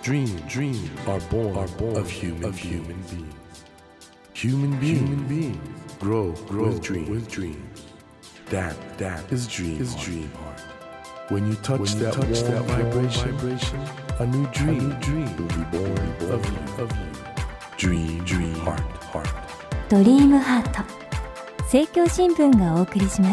Dreams are born of human beings. Human beings grow with dreams. That is dream heart. When you touch that warm vibration, a new dream will be born of you. Dream heart. ドリームハート、政教新聞がお送りします。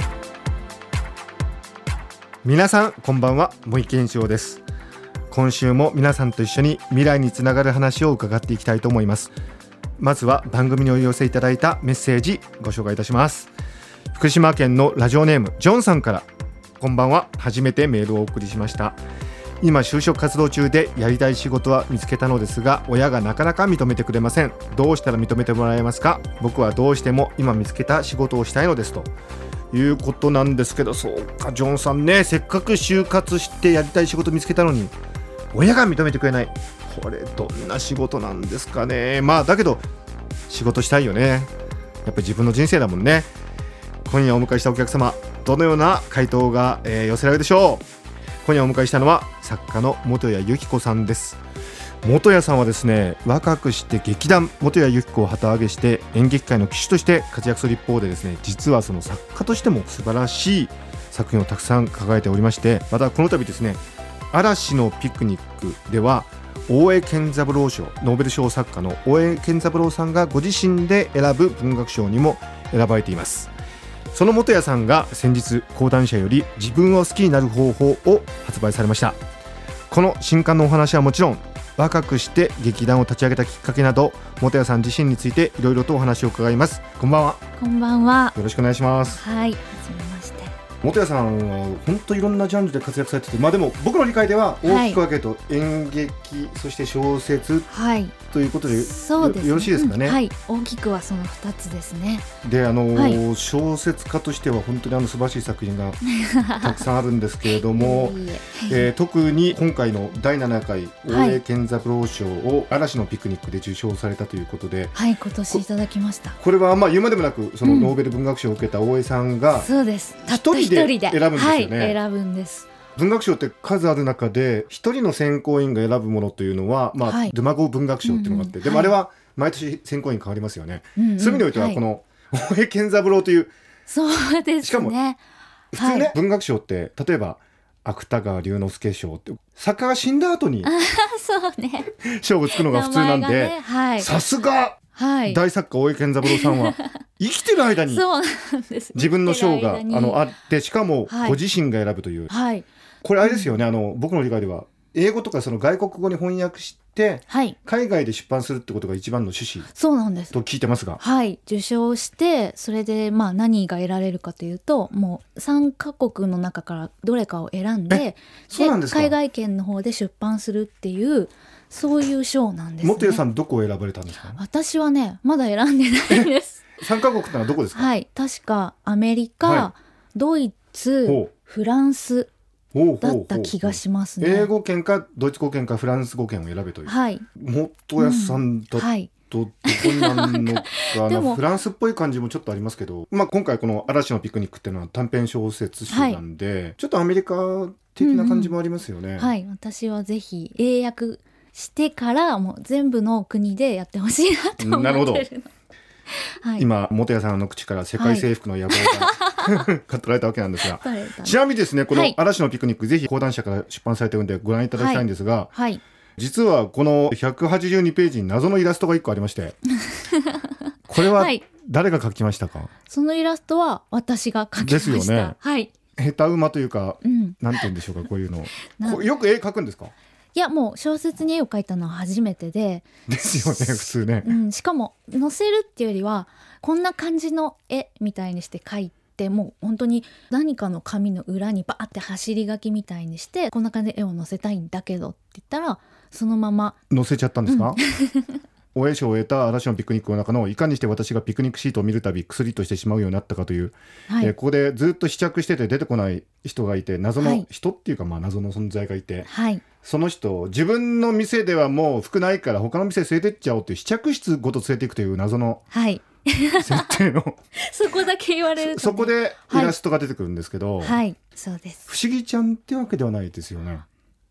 皆さんこんばんは、森健一郎です。今週も皆さんと一緒に未来につながる話を伺っていきたいと思います。まずは番組にお寄せいただいたメッセージご紹介いたします。福島県のラジオネームジョンさんから、こんばんは、初めてメールをお送りしました。今就職活動中でやりたい仕事は見つけたのですが、親がなかなか認めてくれません。どうしたら認めてもらえますか？僕はどうしても今見つけた仕事をしたいのです、ということなんですけど、そうか、ジョンさんね、せっかく就活してやりたい仕事見つけたのに親が認めてくれない。これどんな仕事なんですかね。だけど仕事したいよね。やっぱり自分の人生だもんね。今夜お迎えしたお客様、どのような回答が、寄せられるでしょう。今夜お迎えしたのは作家の本谷由紀子さんです。本谷さんはですね、若くして劇団本谷由紀子を旗揚げして演劇界の旗手として活躍する一方でですね、実はその作家としても素晴らしい作品をたくさん抱えておりまして、またこの度ですね、嵐のピクニックでは大江健三郎賞、ノーベル賞作家の大江健三郎さんがご自身で選ぶ文学賞にも選ばれています。その本谷さんが先日講談社より自分を好きになる方法を発売されました。この新刊のお話はもちろん、若くして劇団を立ち上げたきっかけなど、本谷さん自身についていろいろとお話を伺います。こんばんは。 こんばんは。 よろしくお願いします。 はい、はじめまして。 本谷さんは本当いろんなジャンルで活躍されてて、でも僕の理解では大きく分けると演劇、そして小説、ということで、 そうですね、 よろしいですかね。 はい、大きくはその2つですね。 で、小説家としては本当に素晴らしい作品がたくさんあるんですけれども特に今回の第7回大江健三郎賞を嵐のピクニックで受賞されたということで、 はい、今年いただきました。 これは言うまでもなく、そのノーベル文学賞を受けた大江さんが、 そうです、たった一人で選ぶんですよね。 選ぶんです。 文学賞って数ある中で一人の選考委員が選ぶものというのは、ドゥマゴー文学賞っていうのがあって、でもあれは毎年選考委員変わりますよね。そういう意味においては、この大江健三郎という、 そうですね、 しかも普通ね、文学賞って例えば芥川龍之介賞って作家が死んだ後にそうね、 賞がつくのが普通なんで、さすが大作家大江健三郎さんは生きてる間に自分の賞があって、しかもご自身が選ぶという、これあれですよね、僕の理解では英語とかその外国語に翻訳して、海外で出版するってことが一番の趣旨と聞いてますが、 受賞して、それで何が得られるかというと、もう3カ国の中からどれかを選んで、海外圏の方で出版するっていう、そういう賞なんですね。 本谷さんどこを選ばれたんですか？ 私はね、まだ選んでないです。 3カ国ってのはどこですか？ 確かアメリカ、ドイツ、フランスだった気がしますね。 英語圏かドイツ語圏かフランス語圏を選べという。本谷さんだとどこになるのかなフランスっぽい感じもちょっとありますけど、今回この嵐のピクニックっていうのは短編小説集なんで、ちょっとアメリカ的な感じもありますよね。 私はぜひ英訳してからもう全部の国でやってほしいなと思ってるの。なるほど。 今本谷さんの口から世界征服の野望が、語られたわけなんですが、ちなみにですね、この嵐のピクニック、ぜひ講談社から出版されているのでご覧いただきたいんですが、実はこの182ページに謎のイラストが1個ありましてこれは誰が描きましたか？ そのイラストは私が描きました。ですよね。 下手馬というか、なんて言うんでしょうか、こういうのよく絵描くんですか？ いや、もう小説に絵を描いたのは初めてですよね、普通ね。 しかも載せるっていうよりは、こんな感じの絵みたいにして描いて、もう本当に何かの紙の裏にバーって走り書きみたいにして、こんな感じで絵を載せたいんだけどって言ったら、そのまま載せちゃったんですか？大江賞を得た嵐のピクニックの中の、いかにして私がピクニックシートを見るたび薬としてしまうようになったかという、ここでずっと試着してて出てこない人がいて、謎の人っていうか、謎の存在がいて、その人、自分の店ではもう服ないから他の店連れてっちゃおうっていう、試着室ごと連れていくという謎の設定のそこだけ言われると、ね、 そこでイラストが出てくるんですけど、 そうです。 不思議ちゃんってわけではないですよね。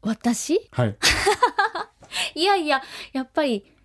私はい。 いやいや、やっぱり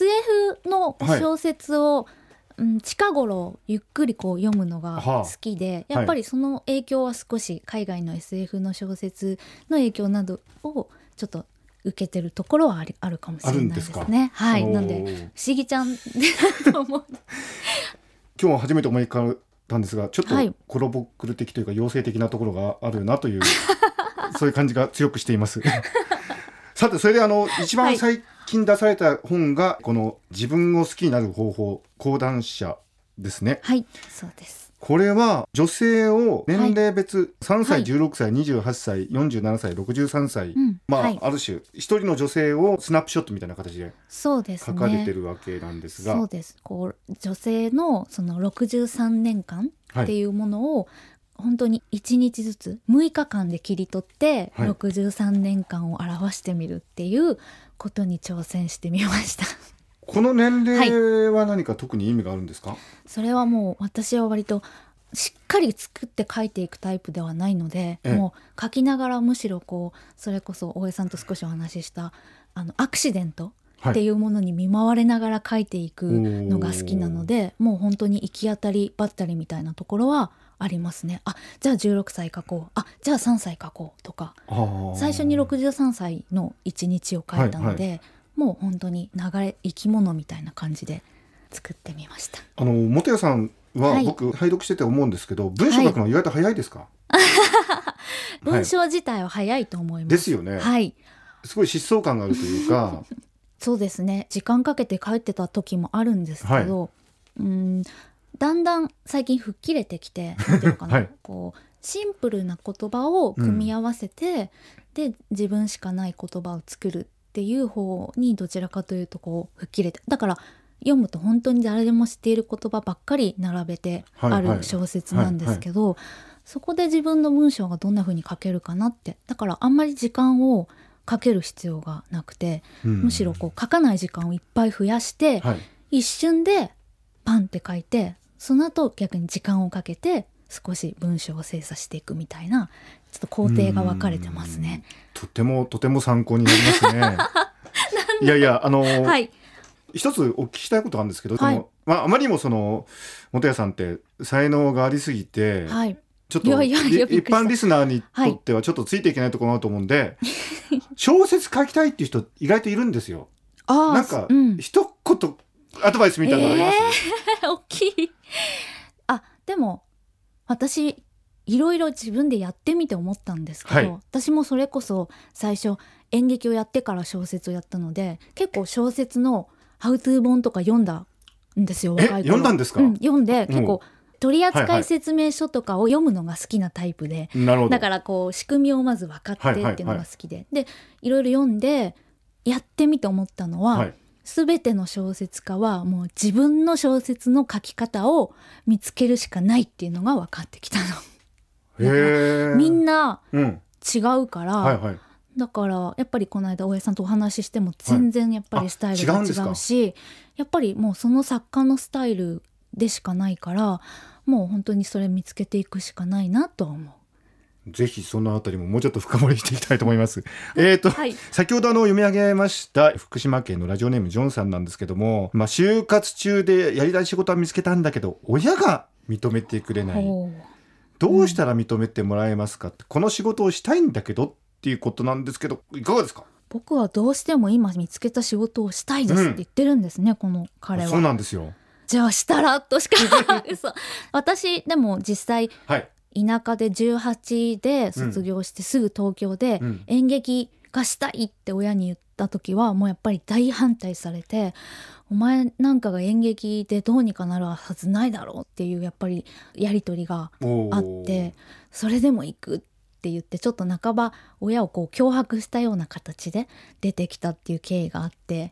SF の小説を、近頃ゆっくりこう読むのが好きで、やっぱりその影響は少し海外の SF の小説の影響などをちょっと受けてるところはあるかもしれないですね。はい、なんで不思議ちゃんと思う今日は初めて思い浮かべたんですが、ちょっとコロボックル的というか妖精的なところがあるなというそういう感じが強くしていますさて、それで一番最近出された本がこの自分を好きになる方法講談社ですね。 はい、そうです。 これは女性を年齢別、3歳、 はい、 16歳、28歳、47歳、63歳、 はい、 ある種一人の女性をスナップショットみたいな形で書かれてるわけなんですが、 そうです。こう女性のその63年間っていうものを本当に1日ずつ6日間で切り取って63年間を表してみるっていうことに挑戦してみましたこの年齢は何か特に意味があるんですか？ それはもう私は割としっかり作って書いていくタイプではないので、もう書きながらむしろこうそれこそ大江さんと少しお話ししたアクシデントっていうものに見舞われながら書いていくのが好きなので、もう本当に行き当たりばったりみたいなところはありますね。じゃあ16歳書こう、じゃあ3歳書こうとか、最初に63歳の1日を書いたので、もう本当に流れ生き物みたいな感じで作ってみました。 本谷さんは僕拝読してて思うんですけど、文章書くのは意外と早いですか？ 文章自体は早いと思います。 ですよね。 はい、 すごい疾走感があるというかそうですね、時間かけて書いてた時もあるんですけど、だんだん最近吹っ切れてきて、なんていうのかな、こうシンプルな言葉を組み合わせて、で自分しかない言葉を作るっていう方にどちらかというとこう吹っ切れて、だから読むと本当に誰でも知っている言葉ばっかり並べてある小説なんですけど、そこで自分の文章がどんな風に書けるかなって、だからあんまり時間をかける必要がなくて、むしろこう書かない時間をいっぱい増やして、一瞬でパンって書いて、その後逆に時間をかけて少し文章を精査していくみたいな、ちょっと工程が分かれてますね。 とても参考になりますねいやいや一つお聞きしたいことがあるんですけど、あまりにも本谷さんって才能がありすぎて、ちょっと一般リスナーにとってはちょっとついていけないところがあると思うんで、小説書きたいっていう人意外といるんですよ。なんか、一言アドバイスみたいなのあります？ 大きい。でも私いろいろ自分でやってみて思ったんですけど、私もそれこそ最初演劇をやってから小説をやったので、結構小説のハウトゥー本とか読んだんですよ。若い頃読んだんですか？ 読んで、結構取扱説明書とかを読むのが好きなタイプで、だからこう仕組みをまず分かってっていうのが好きで、でいろいろ読んでやってみて思ったのは、全ての小説家はもう自分の小説の書き方を見つけるしかないっていうのが分かってきたの。みんな違うから、だからやっぱりこの間大江さんとお話ししても全然やっぱりスタイルが違うし、やっぱりもうその作家のスタイルでしかないから、もう本当にそれ見つけていくしかないなとは思う。 ぜひそのあたりももうちょっと深掘りしていきたいと思います先ほど読み上げました福島県のラジオネームジョンさんなんですけども、就活中でやりたい仕事は見つけたんだけど親が認めてくれない、どうしたら認めてもらえますかって、この仕事をしたいんだけどっていうことなんですけど、いかがですか？ 僕はどうしても今見つけた仕事をしたいですって言ってるんですね、この彼は。 そうなんですよ。 じゃあしたらとしか私でも実際、田舎で18で卒業してすぐ東京で演劇がしたいって親に言った時はもうやっぱり大反対されて、お前なんかが演劇でどうにかなるはずないだろうっていうやっぱりやり取りがあって、それでも行くって言ってちょっと半ば親をこう脅迫したような形で出てきたっていう経緯があって、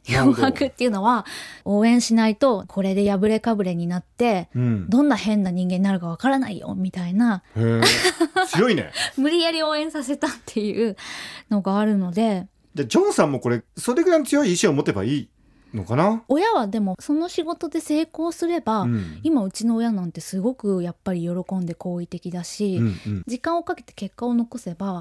脅迫っていうのは応援しないとこれで破れかぶれになって、どんな変な人間になるかわからないよみたいな強いね無理やり応援させたっていうのがあるので、 ジョンさんもこれそれぐらいの強い意志を持てばいいのかな。 親はでもその仕事で成功すれば、今うちの親なんてすごくやっぱり喜んで好意的だし、時間をかけて結果を残せば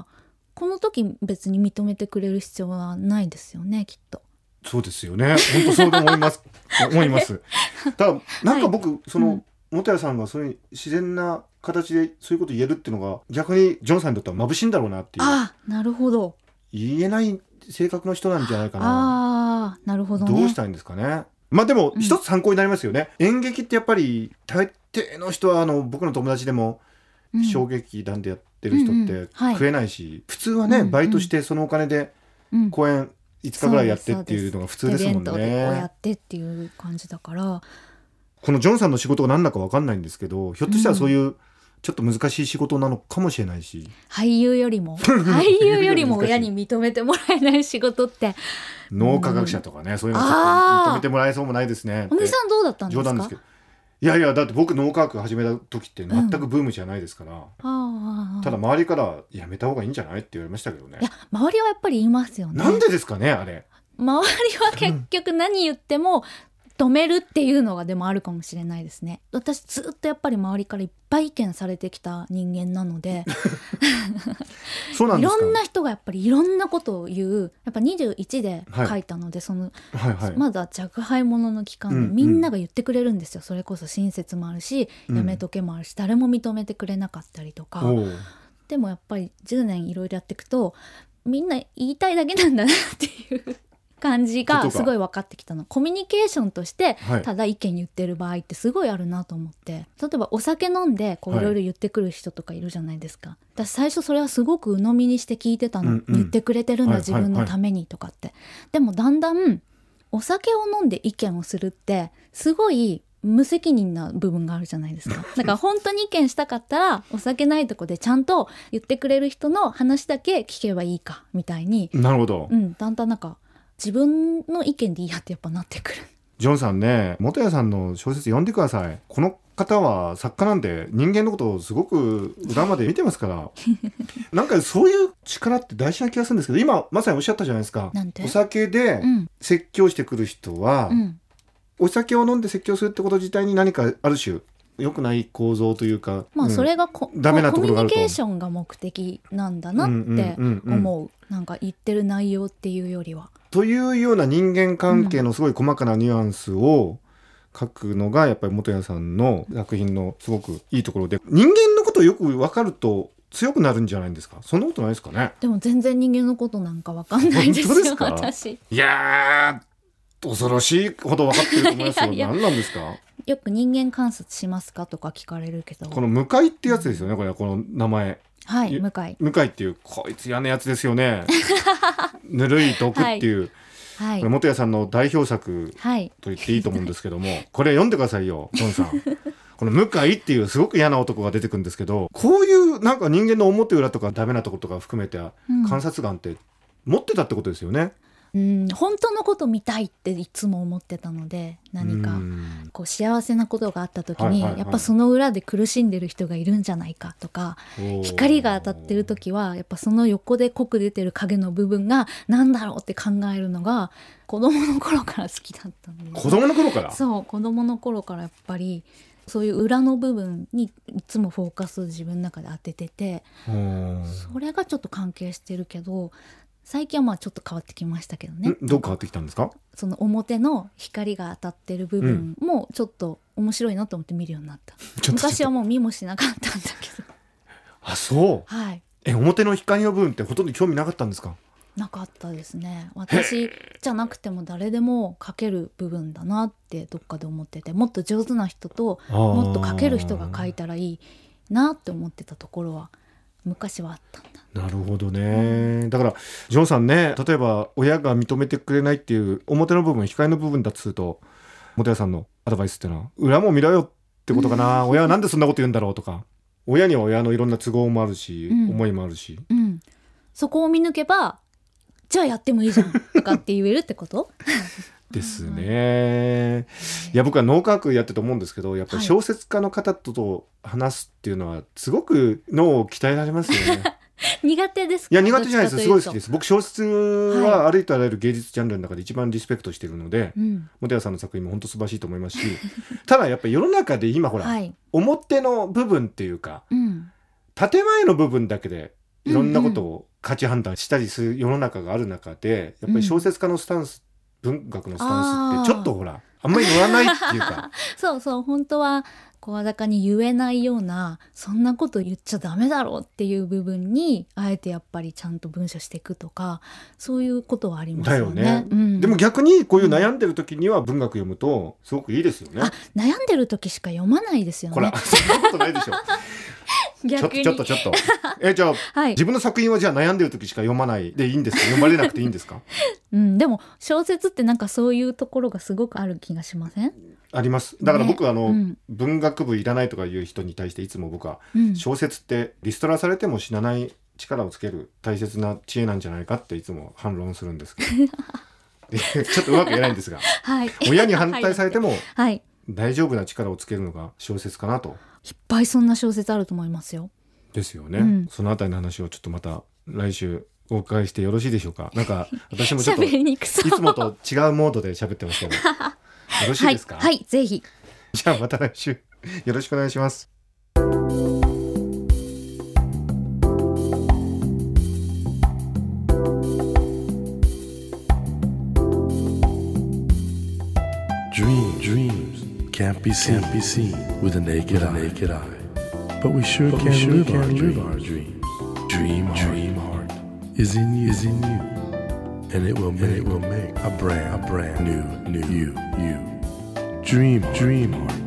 この時別に認めてくれる必要はないですよね、きっと。 そうですよね、本当そう思います思います。ただなんか僕、その本谷さんがそういう自然な形でそういうこと言えるっていうのが逆にジョンさんにとっては眩しいんだろうなっていう。 あ、なるほど。 言えない性格の人なんじゃないかな。 ああ、なるほどね。 どうしたいんですかね。まあでも一つ参考になりますよね、演劇ってやっぱり大抵の人は僕の友達でも小劇団でやってる人って食えないし、普通はね、バイトしてそのお金で公演5日ぐらいやってっていうのが普通ですもんね。 イベントでこうやってっていう感じだから。 このジョンさんの仕事が何だか分かんないんですけど、ひょっとしたらそういうちょっと難しい仕事なのかもしれないし、 俳優よりも親に認めてもらえない仕事って脳科学者とかね、そういうのちょっと認めてもらえそうもないですね。 お兄さんどうだったんですか。 冗談ですけど、いやだって僕脳科学始めた時って全くブームじゃないですから、ただ周りからやめた方がいいんじゃないって言われましたけどね。 いや、周りはやっぱり言いますよね。 なんでですかね、あれ。 周りは結局何言っても止めるっていうのがでもあるかもしれないですね。私ずっとやっぱり周りからいっぱい意見されてきた人間なのでそうなんですか。 いろんな人がやっぱりいろんなことを言う。やっぱ21で書いたので、まだ若輩者の期間でみんなが言ってくれるんですよ。それこそ親切もあるし、やめとけもあるし、誰も認めてくれなかったりとか。でもやっぱり10年いろいろやっていくと、みんな言いたいだけなんだなっていう感じがすごい分かってきたの。コミュニケーションとしてただ意見言ってる場合ってすごいあるなと思って、例えばお酒飲んでこういろいろ言ってくる人とかいるじゃないですか。私最初それはすごく鵜呑みにして聞いてたの、言ってくれてるんだ、自分のためにとかって。でもだんだんお酒を飲んで意見をするってすごい無責任な部分があるじゃないですか。だから本当に意見したかったらお酒ないとこでちゃんと言ってくれる人の話だけ聞けばいいかみたいに。 なるほど、 だんだんなんか自分の意見でいいやってやっぱなってくる。 ジョンさんね、本谷さんの小説読んでください。この方は作家なんで人間のことをすごく裏まで見てますからなんかそういう力って大事な気がするんですけど、今まさにおっしゃったじゃないですか。 なんて？ お酒で説教してくる人は、お酒を飲んで説教するってこと自体に何かある種良くない構造というか、 それがダメなところがあると。 コミュニケーションが目的なんだなって思う。なんか言ってる内容っていうよりはというような人間関係のすごい細かなニュアンスを書くのがやっぱり本谷さんの作品のすごくいいところで、人間のことをよく分かると強くなるんじゃないんですか。そんなことないですかね。 でも全然人間のことなんか分かんないですよ。 本当ですか。 私いやー恐ろしいほど分かってると思いますよ。何なんですか。 よく人間観察しますかとか聞かれるけど、 この向井ってやつですよね、これはこの名前。 はい、向井っていうこいつ嫌なやつですよねぬるい毒っていう、これ本谷さんの代表作と言っていいと思うんですけども、これ読んでくださいよジョンさんこの向井っていうすごく嫌な男が出てくるんですけど、こういうなんか人間の表裏とかダメなところとか含めて観察眼って持ってたってことですよね。 本当のこと見たいっていつも思ってたので、何かこう幸せなことがあった時に、やっぱその裏で苦しんでる人がいるんじゃないかとか、光が当たってる時はやっぱその横で濃く出てる影の部分がなんだろうって考えるのが子供の頃から好きだったので。 子供の頃から？ そう、子供の頃からやっぱりそういう裏の部分にいつもフォーカスを自分の中で当ててて、それがちょっと関係してるけど、最近はまあちょっと変わってきましたけどね。 どう変わってきたんですか。その表の光が当たってる部分もちょっと面白いなと思って見るようになった。昔はもう見もしなかったんだけど。 あ、そう。 はい。 表の光の部分ってほとんど興味なかったんですか。 なかったですね。私じゃなくても誰でも描ける部分だなってどっかで思ってて、もっと上手な人ともっと描ける人が描いたらいいなって思ってたところは昔はあったんだ。 なるほどね。だからジョンさんね、例えば親が認めてくれないっていう表の部分、光の部分だとすると、本谷さんのアドバイスっていうのは裏も見ろよってことかな。親はなんでそんなこと言うんだろうとか、親には親のいろんな都合もあるし、思いもあるし、 そこを見抜けばじゃあやってもいいじゃんとかって言えるってことですね。いや僕は脳科学やってて思うんですけど、やっぱり小説家の方と話すっていうのはすごく脳を鍛えられますよね。 苦手ですか。 いや苦手じゃないです。すごい好きです。僕小説はありとあらゆる芸術ジャンルの中で一番リスペクトしているので、本谷さんの作品も本当素晴らしいと思いますし、ただやっぱり世の中で今ほら、表の部分っていうか、建前の部分だけでいろんなことを価値判断したりする世の中がある中で、やっぱり小説家のスタンス、文学のスタンスってちょっとほらあんまり乗らないっていうかそうそう本当は声高に言えないようなそんなこと言っちゃダメだろうっていう部分にあえてやっぱりちゃんと文章していくとかそういうことはありますよね。 だよね、でも逆にこういう悩んでる時には文学読むとすごくいいですよね。 悩んでる時しか読まないですよね。 ほらそんなことないでしょ逆にちょっとじゃあ、はい、自分の作品はじゃあ悩んでる時しか読まないでいいんですか？読まれなくていいんですか？ でも小説ってなんかそういうところがすごくある気がしません？ あります。だから僕は文学部いらないとかいう人に対していつも僕は、小説ってリストラされても死なない力をつける大切な知恵なんじゃないかっていつも反論するんですけどちょっとうまく言えないんですが、はい、親に反対されても、はい、大丈夫な力をつけるのが小説かなと。 いっぱいそんな小説あると思いますよ。 ですよね、そのあたりの話をちょっとまた来週お伺いしてよろしいでしょうか。なんか私もちょっといつもと違うモードで喋ってますけどよろしいですか？ はい、はい、ぜひ。 じゃあまた来週よろしくお願いします。 Dreams can't be seen with a naked eye, but we sure can live our dreams. Dream heart is in you, and it will make a brand new you. Dream heart.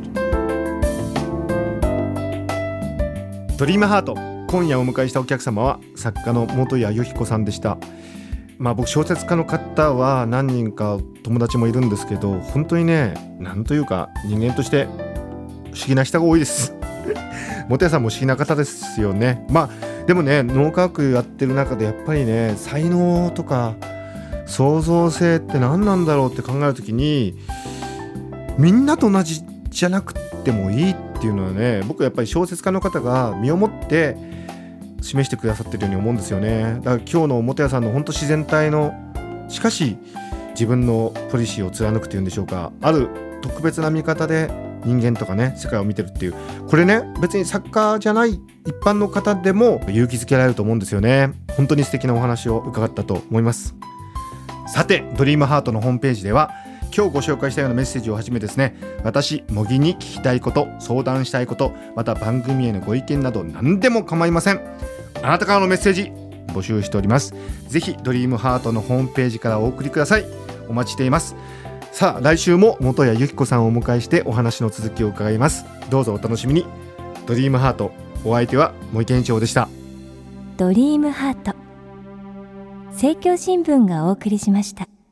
ドリームハート、今夜お迎えしたお客様は作家の本谷由紀子さんでした。僕小説家の方は何人か友達もいるんですけど、本当にね、なんというか人間として不思議な人が多いです本谷さんも不思議な方ですよね。でもね、脳科学やってる中でやっぱりね、才能とか創造性って何なんだろうって考えるときに、みんなと同じじゃなくてもいいっていうのはね、僕はやっぱり小説家の方が身をもって示してくださってるように思うんですよね。だから今日の本谷さんの本当自然体の、しかし自分のポリシーを貫くというんでしょうか、ある特別な見方で人間とかね、世界を見てるっていう、これね、別に作家じゃない一般の方でも勇気づけられると思うんですよね。本当に素敵なお話を伺ったと思います。さて、ドリームハートのホームページでは今日ご紹介したようなメッセージをはじめですね、私茂木に聞きたいこと、相談したいこと、また番組へのご意見など何でも構いません。あなたからのメッセージ募集しております。ぜひドリームハートのホームページからお送りください。お待ちしています。さあ、来週も本谷由紀子さんをお迎えしてお話の続きを伺います。どうぞお楽しみに。ドリームハート、お相手は茂木健一郎でした。 ドリームハート、政教新聞がお送りしました。